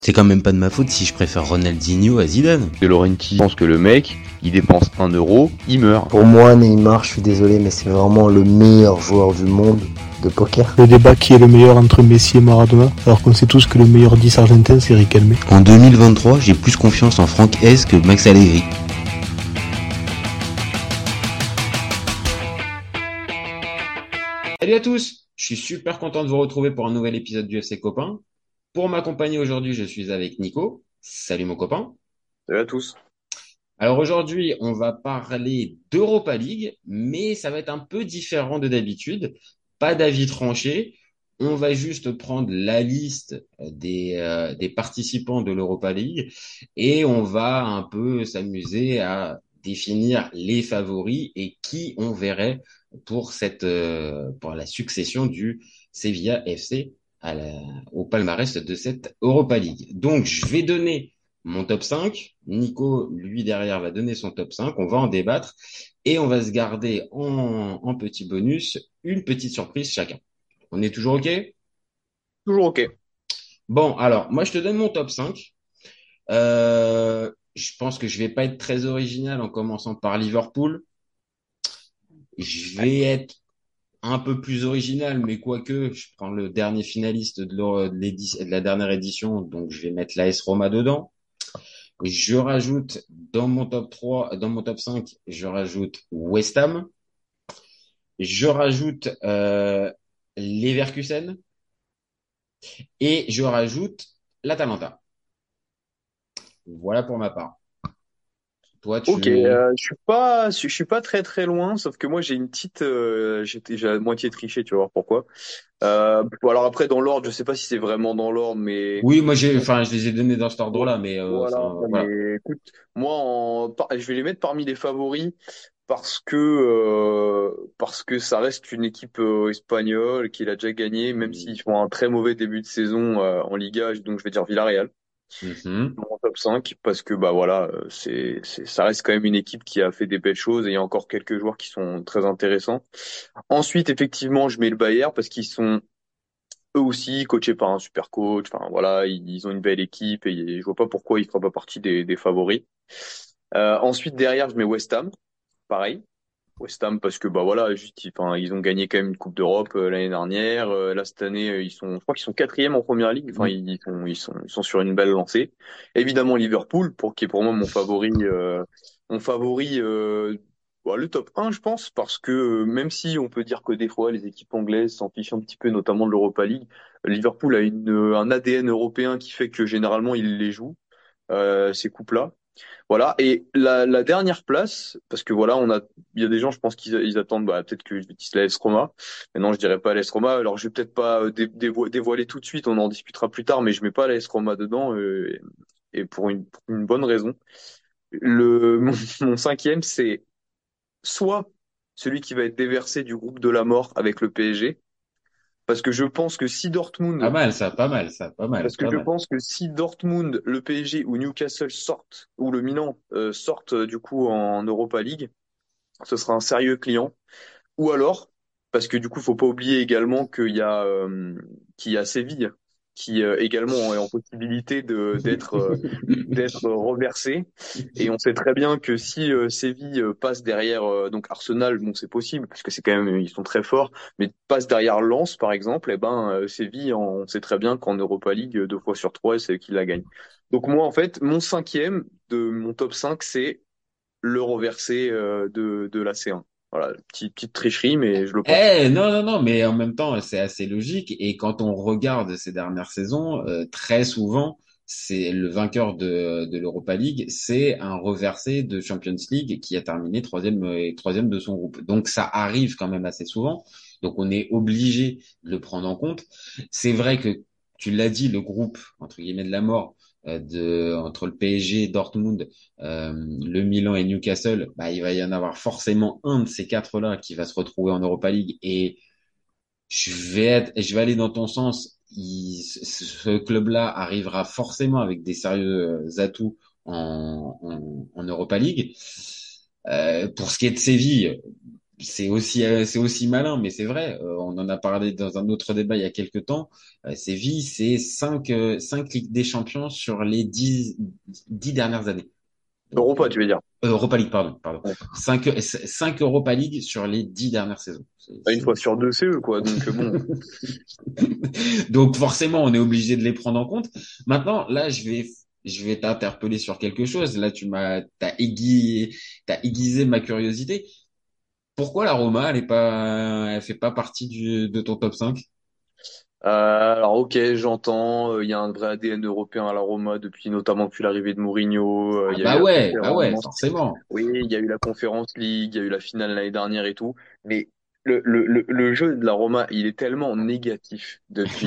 C'est quand même pas de ma faute si je préfère Ronaldinho à Zidane. De Laurenti pense que le mec, il dépense 1 euro, il meurt. Pour moi, Neymar, je suis désolé, mais c'est vraiment le meilleur joueur du monde de poker. Le débat qui est le meilleur entre Messi et Maradona, alors qu'on sait tous que le meilleur 10 argentin c'est Riquelme. En 2023, j'ai plus confiance en Franck Hez que Max Allegri. Salut à tous, je suis super content de vous retrouver pour un nouvel épisode du FC Copain. Pour m'accompagner aujourd'hui, je suis avec Nico. Salut mon copain. Salut à tous. Alors aujourd'hui, on va parler d'Europa League, mais ça va être un peu différent de d'habitude. Pas d'avis tranché. On va juste prendre la liste des participants de l'Europa League et on va un peu s'amuser à définir les favoris et qui on verrait pour la succession du Sevilla FC au palmarès de cette Europa League. Donc, je vais donner mon top 5. Nico, lui, derrière, va donner son top 5. On va en débattre et on va se garder en petit bonus une petite surprise chacun. On est toujours OK? Toujours OK. Bon, alors, moi, je te donne mon top 5. Je pense que je vais pas être très original en commençant par Liverpool. Je vais être un peu plus original, mais quoique, je prends le dernier finaliste de la dernière édition, donc je vais mettre l'AS Roma dedans. Je rajoute dans mon top 3, dans mon top 5, je rajoute West Ham. Je rajoute Leverkusen. Et je rajoute l'Atalanta. Voilà pour ma part. Toi, OK, je suis pas très très loin, sauf que moi j'ai une petite, j'ai à moitié triché, tu vas voir pourquoi. Alors après dans l'ordre, je sais pas si c'est vraiment dans l'ordre, mais Oui, moi je les ai donnés dans cet ordre-là, mais voilà. voilà. Mais écoute, moi je vais les mettre parmi les favoris parce que ça reste une équipe espagnole qui l'a déjà gagné, même s'ils font un très mauvais début de saison en Liga, donc je vais dire Villarreal. Mhm. Mon top 5 parce que bah voilà, ça reste quand même une équipe qui a fait des belles choses et il y a encore quelques joueurs qui sont très intéressants. Ensuite, effectivement, je mets le Bayern parce qu'ils sont eux aussi coachés par un super coach. Enfin voilà, ils ont une belle équipe et je vois pas pourquoi ils feraient pas partie des favoris. Ensuite, derrière, je mets West Ham, pareil. West Ham parce que bah voilà, juste enfin, ils ont gagné quand même une Coupe d'Europe l'année dernière. Là cette année, je crois qu'ils sont quatrième en première ligue. Enfin, ils sont sur une belle lancée. Évidemment Liverpool qui est pour moi mon favori, bah, le top 1 je pense parce que même si on peut dire que des fois les équipes anglaises s'en fichent un petit peu, notamment de l'Europa League, Liverpool a un ADN européen qui fait que généralement ils les jouent ces coupes-là. Voilà. Et la dernière place, parce que voilà, il y a des gens, je pense qu'ils attendent, bah, peut-être que je dise l'AS Roma. Mais non, je dirais pas l'AS Roma. Alors, je vais peut-être pas dévoiler tout de suite, on en discutera plus tard, mais je mets pas l'AS Roma dedans, et pour une bonne raison. Mon cinquième, c'est soit celui qui va être déversé du groupe de la mort avec le PSG, parce que je pense que si Pas Dortmund mal ça, pas mal ça, pas mal, Parce que pas je mal. pense que si Dortmund, le PSG ou Newcastle sortent, ou le Milan sortent du coup en Europa League, ce sera un sérieux client. Ou alors, parce que du coup, faut pas oublier également qu'il y a Séville qui également est en possibilité d'être reversé. Et on sait très bien que si Séville passe derrière donc Arsenal, bon c'est possible parce que c'est quand même ils sont très forts, mais passe derrière Lens par exemple, et ben Séville, on sait très bien qu'en Europa League 2 fois sur 3 c'est eux qui la gagnent. Donc moi en fait mon cinquième de mon top 5 c'est le reversé de la C1. Voilà, petite tricherie, mais je le pense. Non, non, non, mais en même temps, c'est assez logique. Et quand on regarde ces dernières saisons, très souvent, c'est le vainqueur de l'Europa League, c'est un reversé de Champions League qui a terminé troisième de son groupe. Donc ça arrive quand même assez souvent. Donc on est obligé de le prendre en compte. C'est vrai que tu l'as dit, le groupe entre guillemets de la mort entre le PSG, Dortmund, le Milan et Newcastle, bah, il va y en avoir forcément un de ces quatre-là qui va se retrouver en Europa League et je vais aller dans ton sens. Ce club-là arrivera forcément avec des sérieux atouts en Europa League. Pour ce qui est de Séville, c'est aussi malin, mais c'est vrai. On en a parlé dans un autre débat il y a quelques temps. Séville, c'est cinq Ligues des Champions sur les dix dernières années. Donc, Europa, tu veux dire. Europa League, pardon. Cinq Europa League sur les 10 dernières saisons. Une fois sur deux CE, quoi. Donc bon. Donc forcément, on est obligé de les prendre en compte. Maintenant, là, je vais t'interpeller sur quelque chose. Là, t'as aiguisé ma curiosité. Pourquoi la Roma, elle fait pas partie de ton top 5? Alors ok, j'entends, il y a un vrai ADN européen à la Roma notamment depuis l'arrivée de Mourinho, il Ah y a eu la bah ouais, conférence, forcément. oui, il y a eu la Conférence League, il y a eu la finale l'année dernière et tout, mais le jeu de la Roma, il est tellement négatif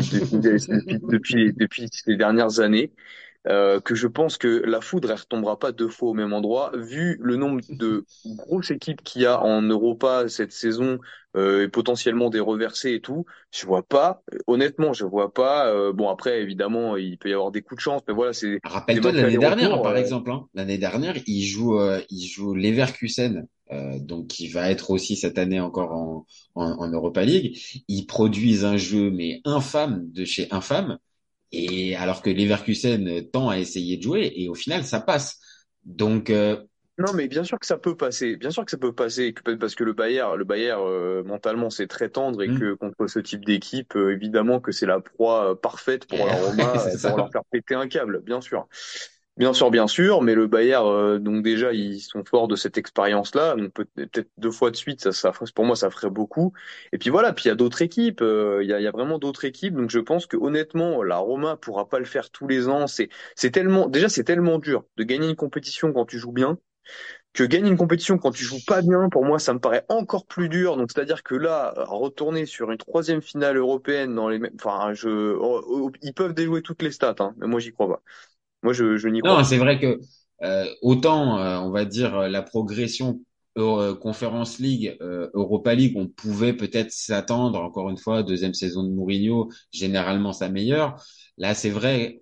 depuis ces dernières années que je pense que la foudre, elle retombera pas deux fois au même endroit. Vu le nombre de grosses équipes qu'il y a en Europa cette saison et potentiellement des reversés et tout, je vois pas. Honnêtement, je vois pas. Bon après, évidemment, il peut y avoir des coups de chance, mais voilà, c'est des Rappelle-toi de matchs l'année dernière, hein, aller-retour. par exemple. Hein. L'année dernière, il joue Leverkusen, donc qui va être aussi cette année encore en Europa League. Ils produisent un jeu mais infâme de chez infâme. Et alors que Leverkusen tend à essayer de jouer, et au final, ça passe. Donc, Non, mais bien sûr que ça peut passer. Bien sûr que ça peut passer, parce que le Bayern mentalement c'est très tendre et hmm, que contre ce type d'équipe, évidemment que c'est la proie parfaite pour la Roma, ouais, c'est pour leur ça. faire péter un câble, bien sûr. Bien sûr, bien sûr, mais le Bayern, donc déjà, ils sont forts de cette expérience-là, donc peut-être deux fois de suite, pour moi, ça ferait beaucoup. Et puis voilà, puis il y a d'autres équipes, il y a vraiment d'autres équipes, donc je pense que honnêtement, la Roma pourra pas le faire tous les ans. C'est tellement dur de gagner une compétition quand tu joues bien, que gagner une compétition quand tu joues pas bien, pour moi, ça me paraît encore plus dur. Donc c'est-à-dire que là, retourner sur une troisième finale européenne dans les mêmes, enfin, ils peuvent déjouer toutes les stats, hein, mais moi, j'y crois pas. Moi, je n'y crois Non, pas. c'est vrai que autant, on va dire, la progression Conference League, Europa League, on pouvait peut-être s'attendre, encore une fois, deuxième saison de Mourinho, généralement sa meilleure. Là, c'est vrai,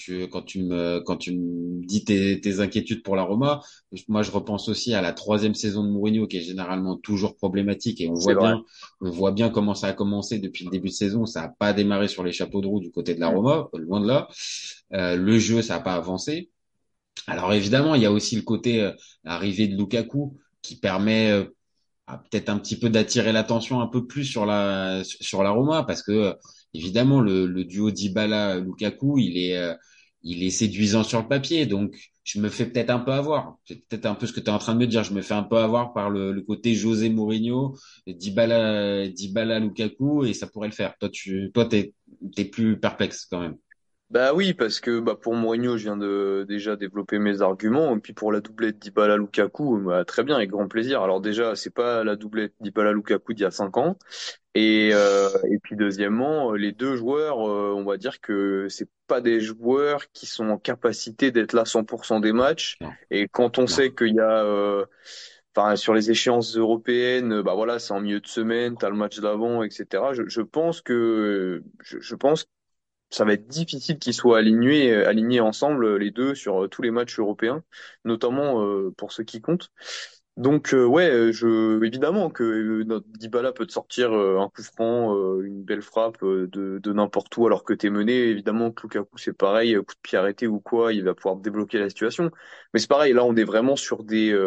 quand tu me dis tes inquiétudes pour la Roma, moi, je repense aussi à la troisième saison de Mourinho, qui est généralement toujours problématique, et C'est vrai. on voit bien comment ça a commencé depuis le début de saison. Ça n'a pas démarré sur les chapeaux de roue du côté de la Roma, loin de là. Le jeu, ça n'a pas avancé. Alors évidemment, il y a aussi le côté arrivée de Lukaku qui permet peut-être un petit peu d'attirer l'attention un peu plus sur la Roma parce que évidemment le duo Dybala-Lukaku il est séduisant sur le papier, donc je me fais peut-être un peu avoir. C'est peut-être un peu ce que tu es en train de me dire. Je me fais un peu avoir par le côté José Mourinho, Dybala Lukaku, et ça pourrait le faire. Toi t'es plus perplexe quand même. Bah oui, parce que bah pour Mourinho, je viens de déjà développer mes arguments. Et puis pour la doublette Dybala-Lukaku, bah, très bien, avec grand plaisir. Alors déjà, c'est pas la doublette Dybala-Lukaku d'il y a 5 ans. Et puis deuxièmement, les deux joueurs, on va dire que c'est pas des joueurs qui sont en capacité d'être là 100% des matchs. Non, Et quand on non. sait qu'il y a enfin sur les échéances européennes, bah voilà, c'est en milieu de semaine, t'as le match d'avant, etc. Je pense que ça va être difficile qu'ils soient alignés ensemble les deux sur tous les matchs européens, notamment pour ceux qui comptent. Donc ouais, évidemment que notre Dybala peut te sortir un coup franc, une belle frappe de n'importe où alors que t'es mené. Évidemment que Lukaku c'est pareil, coup de pied arrêté ou quoi, il va pouvoir débloquer la situation. Mais c'est pareil, là on est vraiment sur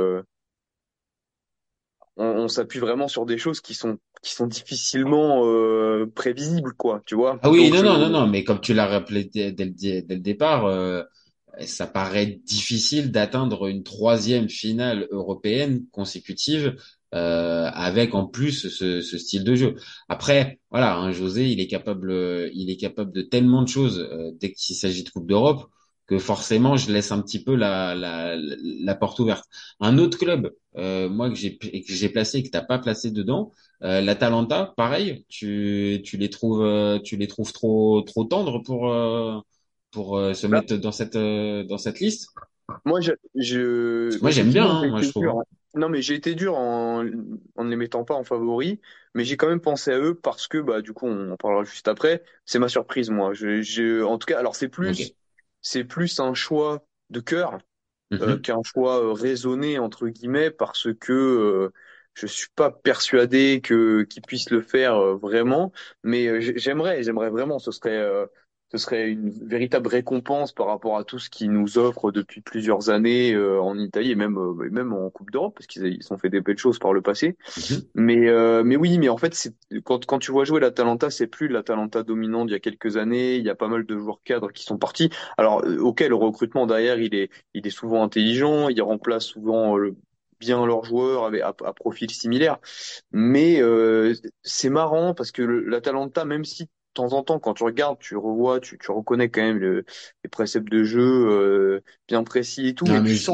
on s'appuie vraiment sur des choses qui sont difficilement prévisibles, quoi, tu vois. Ah oui, Donc non, non, non, non, mais comme tu l'as rappelé dès le départ, ça paraît difficile d'atteindre une troisième finale européenne consécutive avec en plus ce style de jeu. Après, voilà, hein, José, il est capable de tellement de choses dès qu'il s'agit de Coupe d'Europe que forcément, je laisse un petit peu la porte ouverte. Un autre club, moi que j'ai placé et que t'as pas placé dedans. L'Atalanta, pareil, tu les trouves trop tendres pour se mettre dans cette liste. moi, Parce que moi j'aime bien, effectivement, hein, j'ai moi je été trouve. dur, Hein. hein. Non, mais j'ai été dur en ne les mettant pas en favori, mais j'ai quand même pensé à eux parce que, bah, du coup, on en parlera juste après. C'est ma surprise, moi. En tout cas, alors Ok. c'est plus un choix de cœur Mhm. qu'un choix raisonné entre guillemets parce que je suis pas persuadé que qu'ils puissent le faire vraiment, mais j'aimerais vraiment. Ce serait une véritable récompense par rapport à tout ce qu'ils nous offrent depuis plusieurs années en Italie et même en Coupe d'Europe, parce ils ont fait des belles choses par le passé. Mhm. Mais oui, mais en fait, quand tu vois jouer l'Atalanta, c'est plus l'Atalanta dominante d'il y a quelques années. Il y a pas mal de joueurs cadres qui sont partis. Alors, ok, le recrutement derrière, il est souvent intelligent. Il remplace souvent bien leurs joueurs à profil similaire. Mais c'est marrant parce que l'Atalanta, même si de temps en temps, quand tu regardes, tu revois, tu reconnais quand même les préceptes de jeu bien précis et tout, Non, mais mais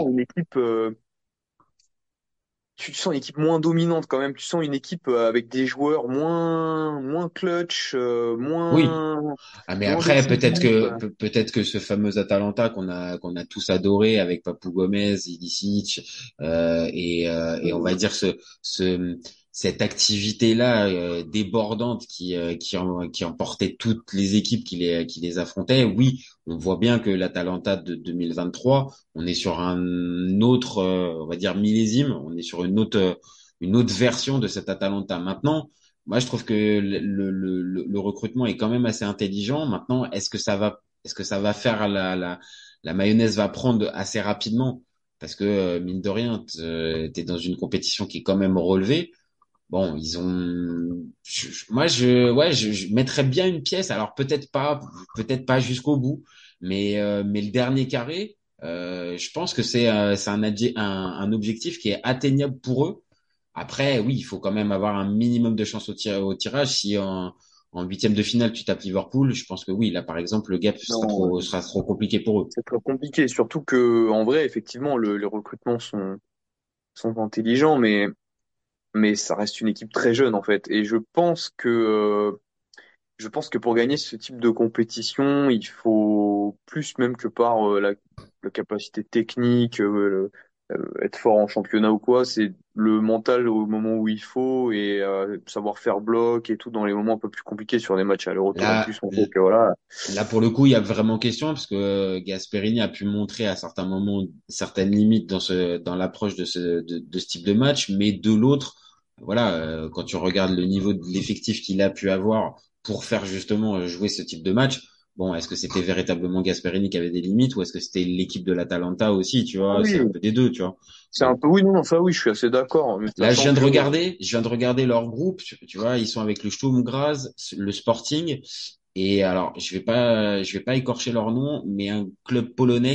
tu sens une équipe moins dominante quand même. Tu sens une équipe avec des joueurs moins clutch, oui. Ah, mais moins après, décisifs. peut-être que ce fameux Atalanta qu'on a tous adoré avec Papou Gomez, Ilicic, et on va dire cette activité-là débordante qui emportait toutes les équipes qui les affrontaient. Oui, on voit bien que l'Atalanta de 2023, on est sur un autre, on va dire millésime, on est sur une autre version de cet Atalanta. Maintenant, moi, je trouve que le recrutement est quand même assez intelligent. Maintenant, est-ce que ça va faire la mayonnaise va prendre assez rapidement? Parce que, mine de rien, t'es dans une compétition qui est quand même relevée. Bon, moi, ouais, je mettrais bien une pièce. Alors, peut-être pas jusqu'au bout, mais le dernier carré, je pense que c'est un objectif qui est atteignable pour eux. Après, oui, il faut quand même avoir un minimum de chance au tirage. Si en huitième de finale, tu tapes Liverpool, je pense que oui, là, par exemple, le gap sera Non, trop, sera trop compliqué pour eux. c'est très compliqué. Surtout que en vrai, effectivement, les recrutements sont intelligents, mais ça reste une équipe très jeune en fait. Et je pense que pour gagner ce type de compétition, il faut plus même que par la capacité technique, être fort en championnat ou quoi, c'est le mental au moment où il faut et savoir faire bloc et tout dans les moments un peu plus compliqués sur des matchs à aller-retour. En Là, plus, on sait que voilà. Là, pour le coup, il y a vraiment question parce que Gasperini a pu montrer à certains moments certaines limites dans l'approche de ce type de match, mais de l'autre, voilà, quand tu regardes le niveau de l'effectif qu'il a pu avoir pour faire justement jouer ce type de match, bon, est-ce que c'était véritablement Gasperini qui avait des limites ou est-ce que c'était l'équipe de l'Atalanta aussi, tu Ah vois, c'est oui, un peu des deux, tu vois. c'est un Donc peu oui, non, ça oui, je suis assez d'accord. Mais là, je sachant viens de que regarder, je viens de regarder leur groupe, tu vois, ils sont avec le Sturm Graz, le Sporting. Et alors, je vais pas écorcher leur nom, mais un club polonais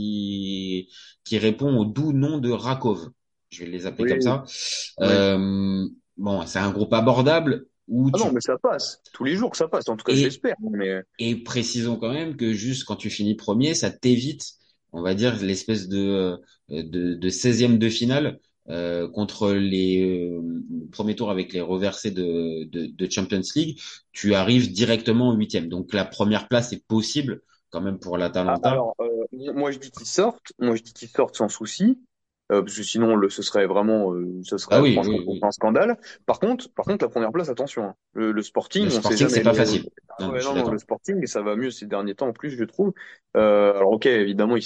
qui répond au doux nom de Rakov. Je vais les appeler comme oui, ça. oui. Bon, c'est un groupe abordable où Ah non, mais ça passe. Tous les jours, ça passe. En tout cas, et j'espère. Mais et précisons quand même que juste quand tu finis premier, ça t'évite, on va dire, l'espèce de 16e de finale contre le premier tour avec les reversés de Champions League. Tu arrives directement en huitième. Donc la première place est possible quand même pour l'Atalanta. alors, moi je dis qu'ils sortent. Moi je dis qu'ils sortent sans souci. Parce que sinon, ce Bah serait oui, franchement oui, oui. un scandale. Par contre, la première place, attention, hein. Le Le Sporting, on sait Sporting, c'est jamais. pas facile. Ah Non, mais ouais, je suis non, non, le d'accord. Sporting, ça va mieux ces derniers temps en plus, je trouve. Alors ok, évidemment,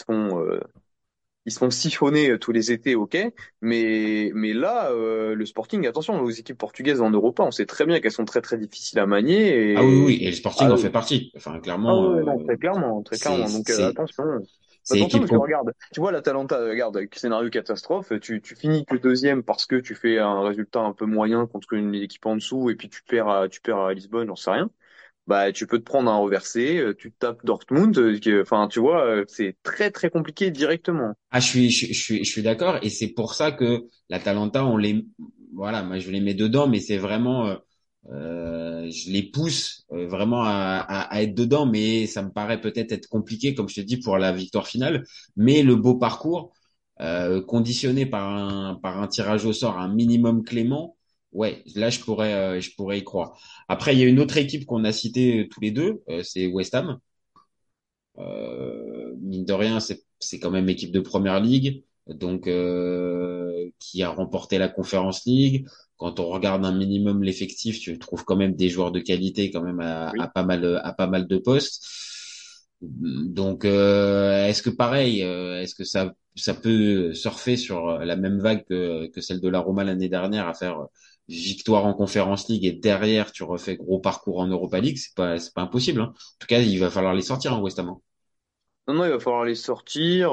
ils se font siphonner tous les étés, ok. Mais là, le Sporting, attention, aux équipes portugaises en Europa, on sait très bien qu'elles sont très très difficiles à Ah oui, oui, manier oui. et Et le Sporting ah, en fait partie. Enfin, ah clairement, ouais, non, très clairement, très c'est clairement. Donc c'est attention. c'est Attention équipe parce que regarde, tu vois l'Atalanta, regarde, scénario catastrophe, tu finis que deuxième parce que tu fais un résultat un peu moyen contre une équipe en dessous et puis tu perds à Lisbonne, j'en sais rien. Bah tu peux te prendre un reversé, tu te tapes Dortmund, enfin tu vois, c'est très très compliqué directement. Ah, je suis d'accord, et c'est pour ça que l'Atalanta, voilà, moi je les mets dedans, mais c'est vraiment, je les pousse vraiment à être dedans, mais ça me paraît peut-être être compliqué, comme je te dis, pour la victoire finale. Mais le beau parcours, conditionné par un tirage au sort, un minimum clément, ouais, là je pourrais y croire. Après, il y a une autre équipe qu'on a citée tous les deux, c'est West Ham. Mine de rien, c'est quand même équipe de première ligue, donc qui a remporté la Conference League. Quand on regarde un minimum l'effectif, tu trouves quand même des joueurs de qualité quand même à Oui. pas mal de postes. Donc est-ce que pareil, est-ce que ça ça peut surfer sur la même vague que celle de la Roma l'année dernière, à faire victoire en Conference League et derrière tu refais gros parcours en Europa League, c'est pas impossible, hein. En tout cas, il va falloir les sortir en West Ham, hein. Non, non, il va falloir les sortir.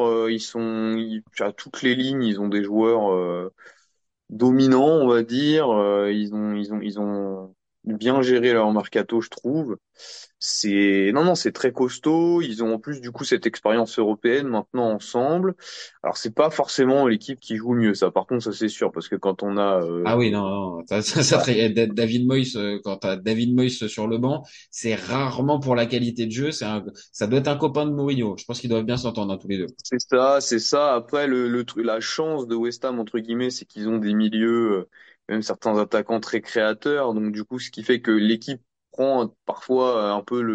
À toutes les lignes, ils ont des joueurs dominants, on va dire. Ils ont bien géré leur mercato, je trouve. Non, non, c'est très costaud. Ils ont en plus du coup cette expérience européenne maintenant ensemble. Alors c'est pas forcément l'équipe qui joue le mieux, ça. Par contre, ça c'est sûr, parce que quand on a, Ah oui, non, non, David Moyes, quand t'as David Moyes sur le banc, c'est rarement pour la qualité de jeu. Ça doit être un copain de Mourinho. Je pense qu'ils doivent bien s'entendre, hein, tous les deux. c'est ça, c'est ça. Après, la chance de West Ham entre guillemets, c'est qu'ils ont des milieux, même certains attaquants très créateurs. Donc du coup, ce qui fait que l'équipe prend parfois un peu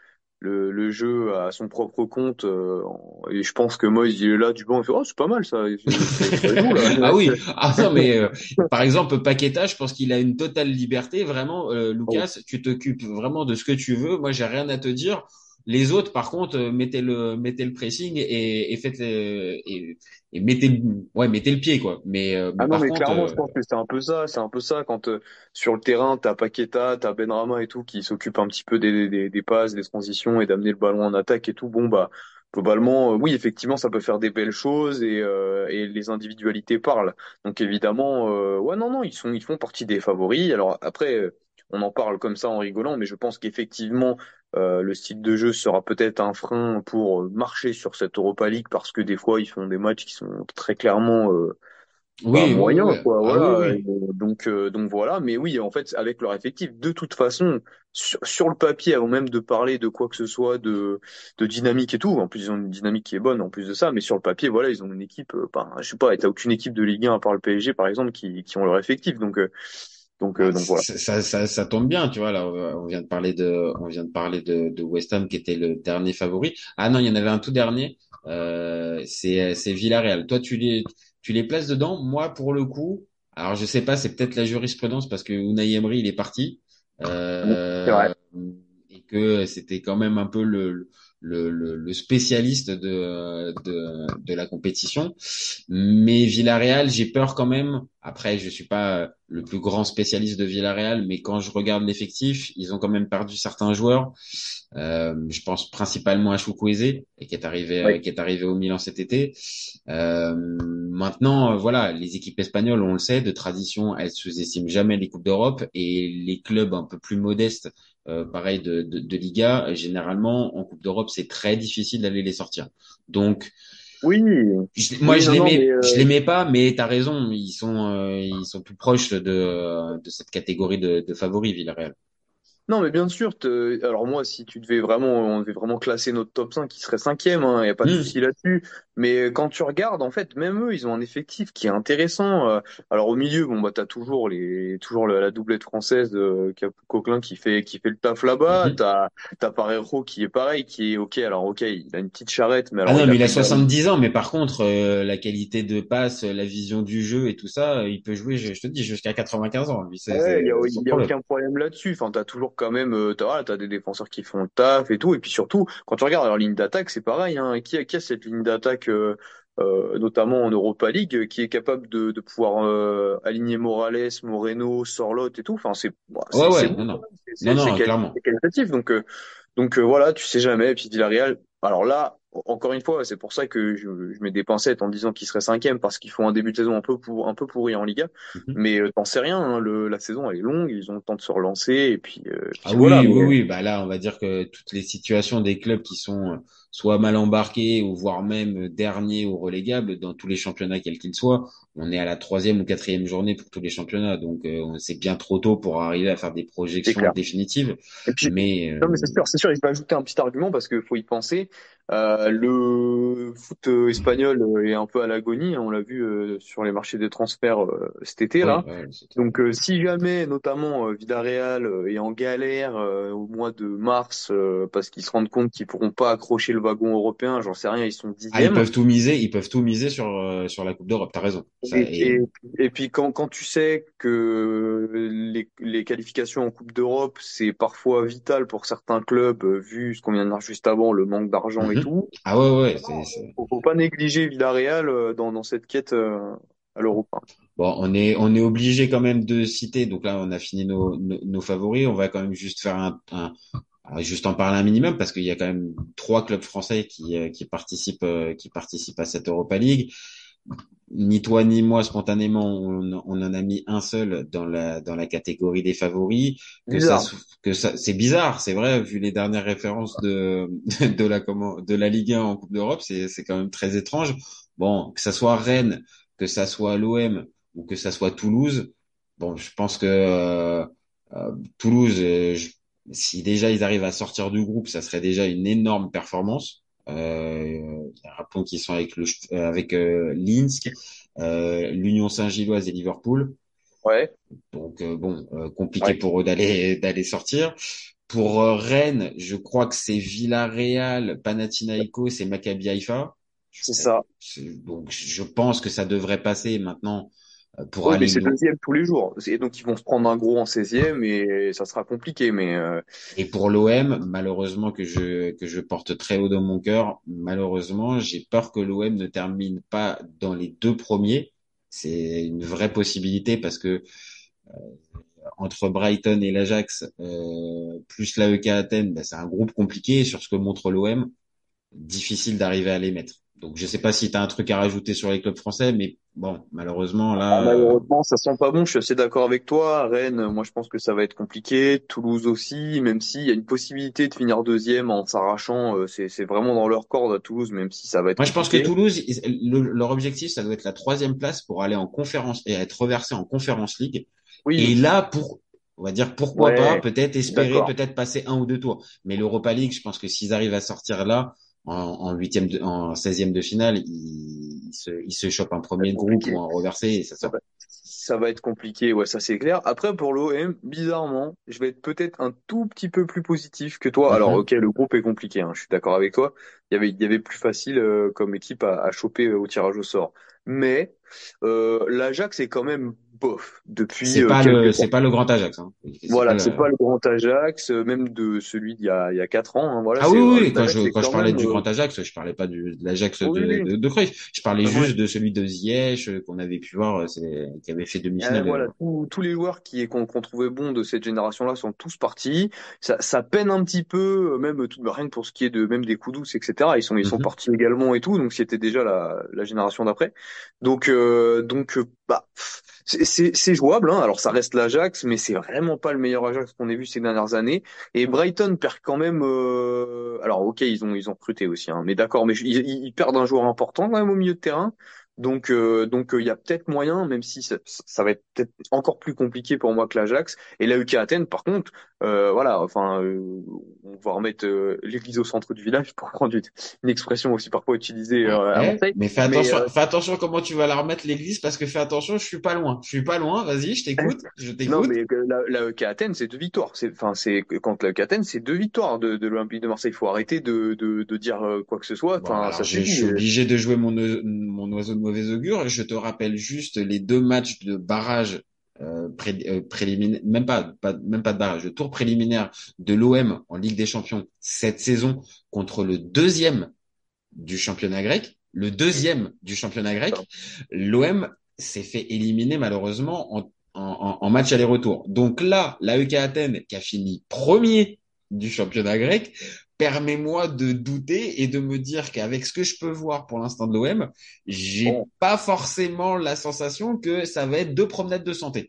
le jeu à son propre compte. Et je pense que Moyes, il est là du banc, il fait, oh, c'est pas mal ça, ça joue là. Ah oui, ah non, mais par exemple Paqueta, je pense qu'il a une totale liberté. Vraiment, Lucas, tu t'occupes vraiment de ce que tu veux. Moi, j'ai rien à te dire. Les autres, par contre, mettez le pressing et faites et mettez le pied quoi. Mais Ah non, par mais contre, clairement, je pense que c'est un peu ça, quand sur le terrain, t'as Paqueta, t'as Benrahma et tout, qui s'occupent un petit peu des passes, des transitions et d'amener le ballon en attaque et tout, bon, bah, globalement, oui, effectivement, ça peut faire des belles choses et les individualités parlent. Donc évidemment, ouais, non, non, ils font partie des favoris. Alors après, on en parle comme ça en rigolant, mais je pense qu'effectivement, le style de jeu sera peut-être un frein pour marcher sur cette Europa League parce que des fois, ils font des matchs qui sont très clairement, bah, oui, oui, oui, moyen oui. quoi, Ah oui, voilà. oui. Donc voilà, mais oui, en fait avec leur effectif de toute façon sur le papier, avant même de parler de quoi que ce soit de dynamique et tout, en plus ils ont une dynamique qui est bonne en plus de ça, mais sur le papier voilà, ils ont une équipe, ben, je sais pas, t'as aucune équipe de Ligue 1 à part le PSG par exemple qui ont leur effectif, Bah, donc voilà. ça tombe bien, tu vois. Là, on vient de parler de West Ham qui était le dernier favori. Ah non, il y en avait un tout dernier. C'est Villarreal. Toi, tu les places dedans. Moi, pour le coup, alors je sais pas, c'est peut-être la jurisprudence parce que Unai Emery il est parti C'est vrai. euh, et que c'était quand même un peu le spécialiste de la compétition. Mais Villarreal, j'ai peur quand même. Après, je suis pas le plus grand spécialiste de Villarreal, mais quand je regarde l'effectif, ils ont quand même perdu certains joueurs. Je pense principalement à Chukwueze, et Oui. qui est arrivé au Milan cet été. Maintenant, voilà, les équipes espagnoles, on le sait, de tradition, elles sous-estiment jamais les coupes d'Europe et les clubs un peu plus modestes, pareil de Liga, généralement en Coupe d'Europe, c'est très difficile d'aller les sortir. Donc Oui, moi, oui, non, non, mais je l'aimais pas, mais t'as raison, ils sont plus proches de cette catégorie de favoris, Villarreal. non, mais bien sûr. Alors moi, si on devait vraiment classer notre top 5, qui serait cinquième, hein, y a pas de Hmm. souci là-dessus. Mais quand tu regardes, en fait, même eux, ils ont un effectif qui est intéressant. Alors au milieu, bon bah t'as toujours la doublette française, Coquelin qui fait le taf là-bas. Mhm. T'as Parejo qui est pareil, qui est ok. Alors ok, il a une petite charrette, mais Ah alors non, il mais a il a fait quand même. 70 ans, mais par contre, la qualité de passe, la vision du jeu et tout ça, il peut jouer, je te dis, jusqu'à 95 ans, lui, Ouais, c'est sans il y a problème. aucun problème là-dessus. Enfin, t'as toujours quand même, voilà, t'as des défenseurs qui font le taf et tout. Et puis surtout, quand tu regardes leur ligne d'attaque, c'est pareil, hein. Qui a cette ligne d'attaque, notamment en Europa League, qui est capable de pouvoir aligner Morales, Moreno, Sorloth et tout. Enfin, Ouais, c'est ouais, bon, non, quand non. même. Non, non, C'est clairement. qualitatif. Donc voilà, tu sais jamais. Et puis Villarreal. Alors là, encore une fois, c'est pour ça que je mets des pincettes en disant qu'ils seraient cinquième parce qu'ils font un début de saison un peu pourri en Liga. Mhm. Mais t'en sais rien, hein, la saison elle est longue, ils ont le temps de se relancer et Ah puis voilà. oui, Mais oui, oui. Bah là, on va dire que toutes les situations des clubs qui sont soit mal embarqués ou voire même derniers ou relégables dans tous les championnats quels qu'ils soient, on est à la troisième ou quatrième journée pour tous les championnats. Donc, c'est bien trop tôt pour arriver à faire des c'est projections clair. définitives. Et puis Mais non mais c'est sûr, il faut ajouter un petit argument parce qu'il faut y penser. Le foot espagnol est un peu à l'agonie, hein, on l'a vu sur les marchés des transferts cet été oui, là. ouais, c'était. Donc si jamais notamment Villarreal est en galère au mois de mars parce qu'ils se rendent compte qu'ils pourront pas accrocher le wagon européen, j'en sais rien, ils sont Ah, dixièmes. ils peuvent tout miser sur la Coupe d'Europe. T'as raison. Ça, Et, et, et puis quand tu sais que les qualifications en Coupe d'Europe, c'est parfois vital pour certains clubs, vu ce qu'on vient de dire juste avant, le manque d'argent et tout. Ah ouais, ouais, Faut pas négliger Villarreal dans cette quête à l'Europe, hein. bon, on est obligé quand même de citer. Donc là, on a fini nos favoris. On va quand même juste faire juste en parler un minimum parce qu'il y a quand même trois clubs français qui participent à cette Europa League. Ni toi ni moi, spontanément, on en a mis un seul dans la catégorie des favoris. Bizarre. C'est bizarre, c'est vrai, vu les dernières références de la Ligue 1 en Coupe d'Europe, c'est quand même très étrange. Bon, que ça soit Rennes, que ça soit l'OM ou que ça soit Toulouse, bon, je pense que Toulouse, si déjà ils arrivent à sortir du groupe, ça serait déjà une énorme performance. Rappelons qu'ils sont avec Linsk, l'Union Saint-Gilloise et Liverpool. Ouais, Donc bon, compliqué ouais, pour eux d'aller sortir. Pour Rennes, je crois que c'est Villarreal, Panathinaikos et Maccabi Haïfa. c'est ça. Donc je pense que ça devrait passer maintenant pour Oui, mais aller c'est deuxième tous les jours. Et donc, ils vont se prendre un gros en 16e et ça sera compliqué. Mais et pour l'OM, malheureusement que je porte très haut dans mon cœur, malheureusement, j'ai peur que l'OM ne termine pas dans les deux premiers. C'est une vraie possibilité parce que entre Brighton et l'Ajax, plus l'AEK Athènes, ben, c'est un groupe compliqué sur ce que montre l'OM. Difficile d'arriver à les mettre. Donc je sais pas si tu as un truc à rajouter sur les clubs français, mais bon, malheureusement là, malheureusement, ça sent pas bon. Je suis assez d'accord avec toi. Rennes, moi, je pense que ça va être compliqué. Toulouse aussi, même s'il y a une possibilité de finir deuxième en s'arrachant, c'est vraiment dans leur corde à Toulouse, même si ça va être moi je pense que compliqué. Toulouse, leur objectif, ça doit être la troisième place pour aller en conférence et être reversé en Conférence League. Et Oui, là, on va dire pourquoi pas, ouais, peut-être espérer, d'accord. peut-être passer un ou deux tours. Mais l'Europa League, je pense que s'ils arrivent à sortir là, en huitième, en 16e de finale, ils se chopent un Ça va premier être de groupe ou compliqué. un reversé et ça Ça sort. va, ça va être compliqué, ouais, ça c'est clair. Après, pour l'OM, bizarrement, je vais être peut-être un tout petit peu plus positif que toi. Alors, Mhm. ok, le groupe est compliqué, hein, je suis d'accord avec toi. Il y avait plus facile comme équipe à choper au tirage au sort. Mais l'Ajax est quand même bof depuis quelques C'est temps. pas le grand Ajax, hein. C'est pas Voilà, c'est le, pas le grand Ajax, même de celui d'il y a 4 ans, hein, voilà, Ah oui, oui, oui, l'Ajax est quand je quand parlais même. du Grand Ajax, je parlais pas de l'Ajax Oui, oui, de Cruyff. Je parlais ouais. juste de celui de Ziyech qu'on avait pu voir, qui avait fait demi-finale. Voilà, tous les joueurs qu'on trouvait bons de cette génération-là sont tous partis. Ça peine un petit peu, même tout, rien que pour ce qui est de même des coups douces, etc. Ils sont Mhm. partis également et tout, donc c'était déjà la génération d'après. Bah, c'est jouable, hein. Alors ça reste l'Ajax, mais c'est vraiment pas le meilleur Ajax qu'on ait vu ces dernières années. Et Brighton perd quand même. Alors ok, ils ont recruté aussi, hein, mais d'accord, mais ils perdent un joueur important quand même au milieu de terrain. Donc, il y a peut-être moyen, même si ça va être peut-être encore plus compliqué pour moi que l'Ajax. Et la UK Athènes, par contre, voilà, enfin, on va remettre l'église au centre du village pour prendre une expression aussi parfois utilisée à Ouais, Marseille. mais Mais fais attention comment tu vas la remettre l'église parce que fais attention, je suis pas loin. Vas-y, je non, t'écoute. mais la UK Athènes, c'est 2 victoires. Quand la UK Athènes, c'est 2 victoires de l'Olympique de Marseille. Il faut arrêter de dire quoi que ce soit. Bon, Enfin, alors ça je suffit. suis obligé de jouer mon oiseau de mauvais augure. Je te rappelle juste les deux matchs de barrage préliminaire, même pas de barrage, de tour préliminaire de l'OM en Ligue des Champions cette saison contre le deuxième du championnat grec. Le deuxième du championnat grec, l'OM s'est fait éliminer malheureusement en match aller-retour. Donc là, l'AEK Athènes qui a fini premier du championnat grec, permet-moi de douter et de me dire qu'avec ce que je peux voir pour l'instant de l'OM, j'ai Bon. pas forcément la sensation que ça va être deux promenades de santé.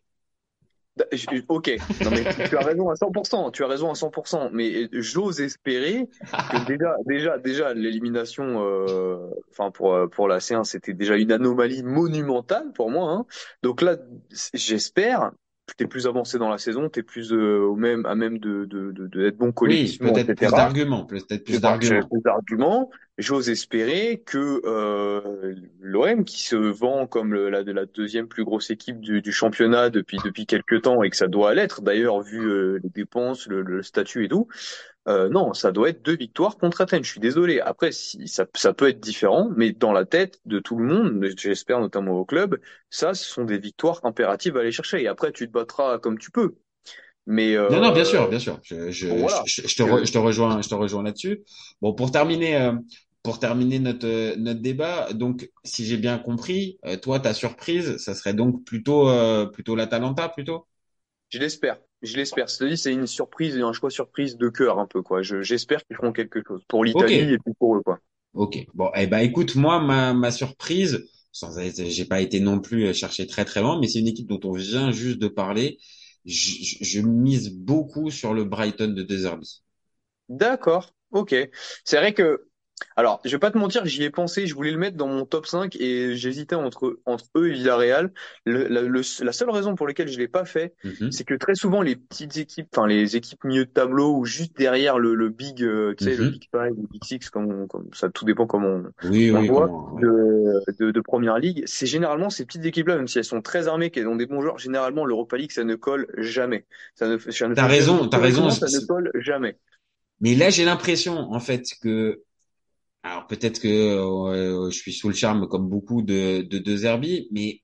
Ok, non mais tu as raison à 100%, tu as raison à 100%, mais j'ose espérer que déjà l'élimination, enfin pour la C1, c'était déjà une anomalie monumentale pour moi, hein. Donc là, j'espère que t'es plus avancé dans la saison, t'es plus à même d'être bon Oui, collectivement, peut-être plus etc. d'arguments, peut-être Et plus voilà, que j'avais d'arguments. plus d'arguments. J'ose espérer que l'OM, qui se vend comme la deuxième plus grosse équipe du championnat depuis quelques temps, et que ça doit l'être d'ailleurs vu les dépenses, le statut et tout, non, ça doit être 2 victoires contre Athènes. Je suis désolé. Après, si ça peut être différent, mais dans la tête de tout le monde, j'espère notamment au club, ça, ce sont des victoires impératives à aller chercher. Et après, tu te battras comme tu peux. Mais Non, non, bien sûr, bien sûr. bon, voilà. Je te rejoins là-dessus. Bon, pour terminer notre débat, donc, si j'ai bien compris, toi, ta surprise, ça serait donc plutôt l'Atalanta, plutôt? Je l'espère. Je l'espère. C'est-à-dire, c'est une surprise, un choix surprise de cœur un peu, quoi. J'espère qu'ils feront quelque chose pour Ok, l'Italie et puis pour eux, quoi. ok. Bon, eh ben, écoute, moi, ma surprise, j'ai pas été non plus chercher très très loin, mais c'est une équipe dont on vient juste de parler. Je mise beaucoup sur le Brighton de De Zerbi. D'accord. Ok. C'est vrai que, alors, je vais pas te mentir, j'y ai pensé, je voulais le mettre dans mon top 5 et j'hésitais entre eux et Villarreal. La seule raison pour laquelle je l'ai pas fait, Mhm, c'est que très souvent les petites équipes, enfin les équipes milieu de tableau ou juste derrière le big, tu sais, le mhm. big five, le big six, comme ça, tout dépend comment Oui, on le oui, voit comment, ouais. de première ligue. C'est généralement ces petites équipes-là, même si elles sont très armées, qu'elles ont des bons joueurs, généralement l'Europa League ça ne colle jamais. Ça ne T'as fonctionne raison, t'as raison. historiquement, ça ne colle jamais. Mais là, j'ai l'impression, en fait, que, alors peut-être que je suis sous le charme comme beaucoup de Zerbi, mais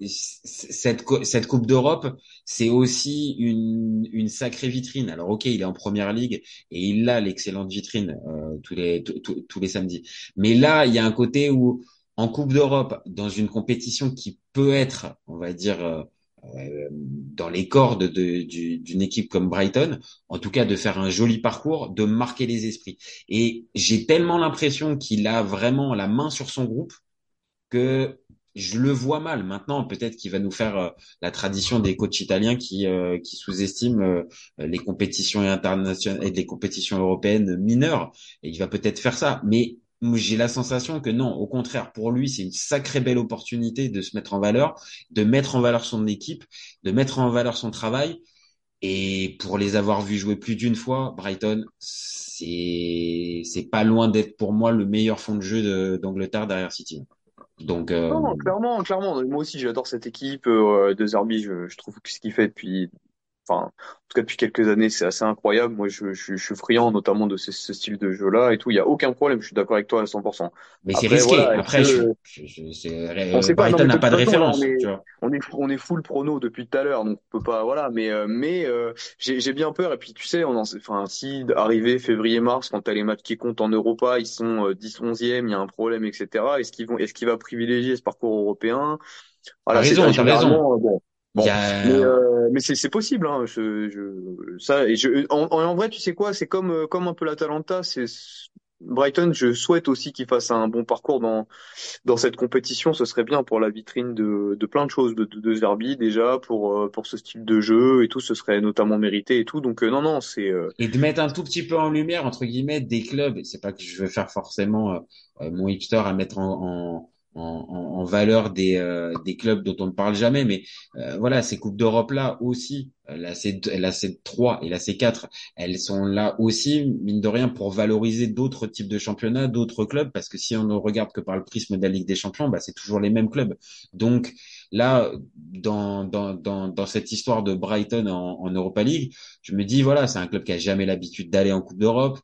cette Coupe d'Europe, c'est aussi une sacrée vitrine. Alors ok, il est en première ligue et il a l'excellente vitrine tous les samedis. Mais là, il y a un côté où en Coupe d'Europe, dans une compétition qui peut être, on va dire, dans les cordes d'une équipe comme Brighton, en tout cas de faire un joli parcours, de marquer les esprits. Et j'ai tellement l'impression qu'il a vraiment la main sur son groupe que je le vois mal. Maintenant, peut-être qu'il va nous faire la tradition des coachs italiens qui sous-estiment les compétitions internationales et les compétitions européennes mineures. Et il va peut-être faire ça. Mais j'ai la sensation que non, au contraire, pour lui, c'est une sacrée belle opportunité de se mettre en valeur, de mettre en valeur son équipe, de mettre en valeur son travail. Et pour les avoir vus jouer plus d'une fois, Brighton, c'est pas loin d'être pour moi le meilleur fond de jeu d'Angleterre derrière City. Donc, Non, clairement, clairement. Moi aussi, j'adore cette équipe de Zerbi. Je trouve que ce qu'il fait depuis, enfin, en tout cas depuis quelques années, c'est assez incroyable. Moi, je suis friand notamment de ce style de jeu-là et tout. Il y a aucun problème. Je suis d'accord avec toi à 100%. mais c'est Après, risqué. voilà, est-ce Après, que c'est, on sait pas? Non, Brighton mais n'a de pas toute de façon, là, référence, tu vois. on est full prono depuis tout à l'heure, donc on peut pas, voilà. J'ai bien peur. Et puis, tu sais, enfin, si arrivé février-mars, quand t'as les matchs qui comptent en Europa, ils sont 10, 11e, il y a un problème, etc. Est-ce qu'il va privilégier ce parcours européen? T'as Voilà, c'est raison, t'as raison. généralement bon. Il y Bon, a, mais c'est possible, hein. Ça, et en vrai, tu sais quoi, c'est comme un peu l'Atalanta, c'est Brighton. Je souhaite aussi qu'il fasse un bon parcours dans cette compétition. Ce serait bien pour la vitrine de plein de choses, de Zerbi déjà, pour ce style de jeu et tout. Ce serait notamment mérité et tout. Donc non, non, et de mettre un tout petit peu en lumière, entre guillemets, des clubs. C'est pas que je veux faire forcément mon hipster à mettre en valeur des clubs dont on ne parle jamais, mais voilà, ces Coupes d'Europe là aussi, la C3 et la C4, elles sont là aussi, mine de rien, pour valoriser d'autres types de championnats, d'autres clubs, parce que si on ne regarde que par le prisme de la Ligue des Champions, bah, c'est toujours les mêmes clubs. Donc là, dans cette histoire de Brighton en Europa League, je me dis voilà, c'est un club qui a jamais l'habitude d'aller en Coupe d'Europe,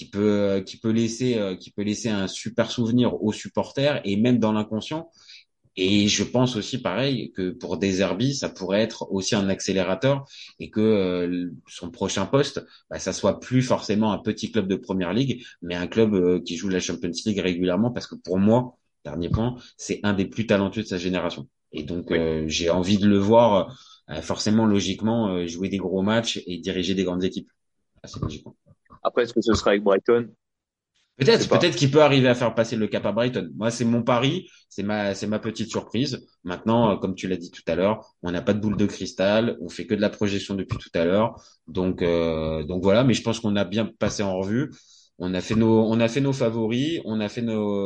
qui peut laisser un super souvenir aux supporters et même dans l'inconscient. Et je pense aussi pareil que pour De Zerbi, ça pourrait être aussi un accélérateur et que son prochain poste, bah, ça soit plus forcément un petit club de première ligue, mais un club qui joue la Champions League régulièrement parce que pour moi, dernier point, c'est un des plus talentueux de sa génération. Et donc oui. j'ai envie de le voir forcément logiquement jouer des gros matchs et diriger des grandes équipes. Assez logiquement. Après, est-ce que ce sera avec Brighton? Je sais pas. Peut-être qu'il peut arriver à faire passer le cap à Brighton. Moi, c'est mon pari, c'est ma petite surprise. Maintenant, comme tu l'as dit tout à l'heure, on n'a pas de boule de cristal, on fait que de la projection depuis tout à l'heure. Donc voilà. Mais je pense qu'on a bien passé en revue. On a fait nos favoris, on a fait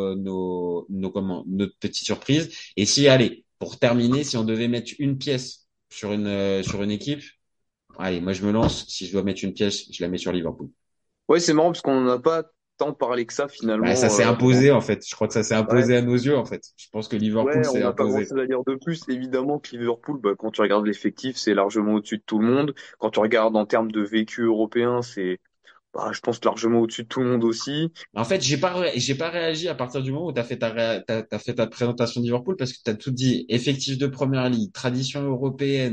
notre petite surprise. Et si, allez, pour terminer, si on devait mettre une pièce sur une équipe, allez, moi je me lance. Si je dois mettre une pièce, je la mets sur Liverpool. Ouais, c'est marrant parce qu'on n'a pas tant parlé que ça Bah, ça finalement. s'est imposé en fait. Je crois que ça s'est Ouais, imposé à nos yeux en fait. Je pense que Liverpool ouais, on s'est n'a pas imposé. grand-chose à dire de plus. Évidemment que Liverpool, bah, quand tu regardes l'effectif, c'est largement au-dessus de tout le monde. Quand tu regardes en termes de vécu européen, bah, je pense largement au-dessus de tout le monde aussi. En fait, j'ai pas réagi à partir du moment où t'as fait ta présentation de Liverpool parce que t'as tout dit. Effectif de première ligue, tradition européenne,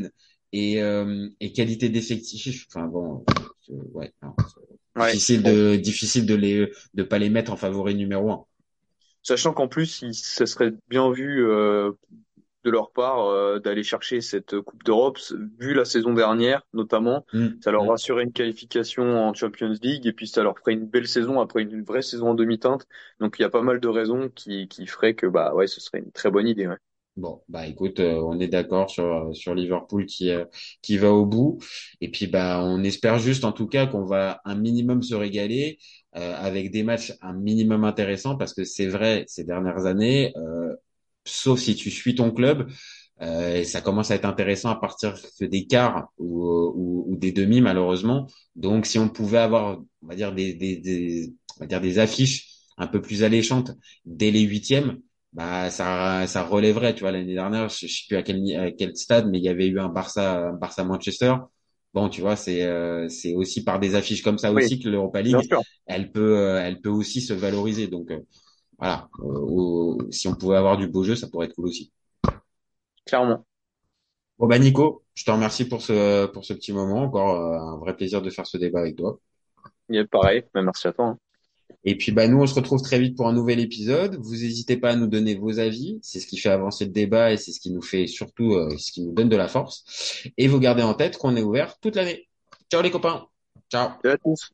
et qualité d'effectif. Enfin bon, ouais, non, Ouais. difficile de pas les mettre en favori numéro un. Sachant qu'en plus, ça serait bien vu de leur part d'aller chercher cette Coupe d'Europe, vu la saison dernière notamment. Mm, Ça leur mm. assurait une qualification en Champions League et puis ça leur ferait une belle saison après une vraie saison en demi-teinte. Donc il y a pas mal de raisons qui feraient que bah ouais, ce serait une très bonne idée. Ouais. Bon, bah écoute, on est d'accord sur Liverpool qui va au bout. Et puis bah on espère juste en tout cas qu'on va un minimum se régaler avec des matchs un minimum intéressants parce que c'est vrai ces dernières années, sauf si tu suis ton club, et ça commence à être intéressant à partir des quarts ou des demi malheureusement. Donc si on pouvait avoir, on va dire on va dire des affiches un peu plus alléchantes dès les huitièmes, bah ça relèverait. Tu vois, l'année dernière, je sais plus à quel stade, mais il y avait eu un Barça Manchester. Bon, tu vois, c'est aussi par des affiches comme ça Oui, aussi que l'Europa bien League, sûr, elle peut aussi se valoriser. Donc voilà, si on pouvait avoir du beau jeu, ça pourrait être cool aussi. clairement. Bon bah Nico, je te remercie pour ce petit moment. Encore un vrai plaisir de faire ce débat avec toi. Il y a pareil, bah, merci à toi. Hein. Et puis bah nous on se retrouve très vite pour un nouvel épisode. Vous n'hésitez pas à nous donner vos avis, c'est ce qui fait avancer le débat et c'est ce qui nous fait surtout ce qui nous donne de la force. Et vous gardez en tête qu'on est ouvert toute l'année. Ciao les copains. Ciao. Salut à tous.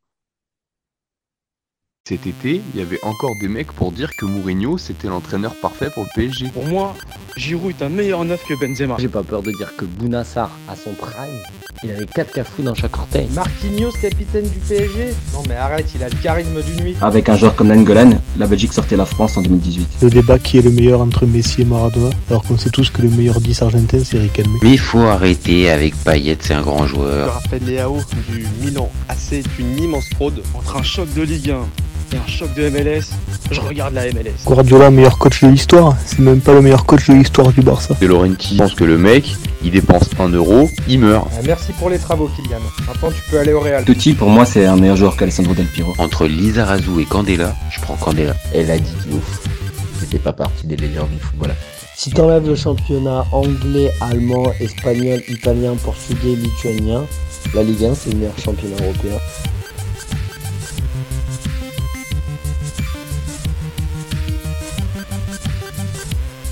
Cet été, il y avait encore des mecs pour dire que Mourinho, c'était l'entraîneur parfait pour le PSG. Pour moi, Giroud est un meilleur neuf que Benzema. J'ai pas peur de dire que Bouna Sarr, à son prime, il avait 4 cafous dans chaque orteil. Marquinhos, capitaine du PSG. Non mais arrête, il a le charisme du nuit. Avec un joueur comme Nainggolan, la Belgique sortait la France en 2018. Le débat qui est le meilleur entre Messi et Maradona, alors qu'on sait tous que le meilleur 10 argentin c'est Riquelme. Mais il faut arrêter avec Payet, c'est un grand Le joueur. Rafael Leao du Milan AC est une immense fraude. Entre un choc de Ligue 1 et un choc de MLS, je regarde la MLS. Guardiola, meilleur coach de l'histoire, c'est même pas le meilleur coach de l'histoire du Barça. De Laurenti pense que le mec, il dépense 1 euro, il meurt. Merci pour les travaux, Kylian. Maintenant, tu peux aller au Real. Totti, pour moi, c'est un meilleur joueur qu'Alessandro Del Piero. Entre Lizarazu et Candela, je prends Candela. Elle a dit qu'il c'était pas partie des légendes du football. Si t'enlèves le championnat anglais, allemand, espagnol, italien, portugais, lituanien, la Ligue 1 c'est le meilleur championnat européen.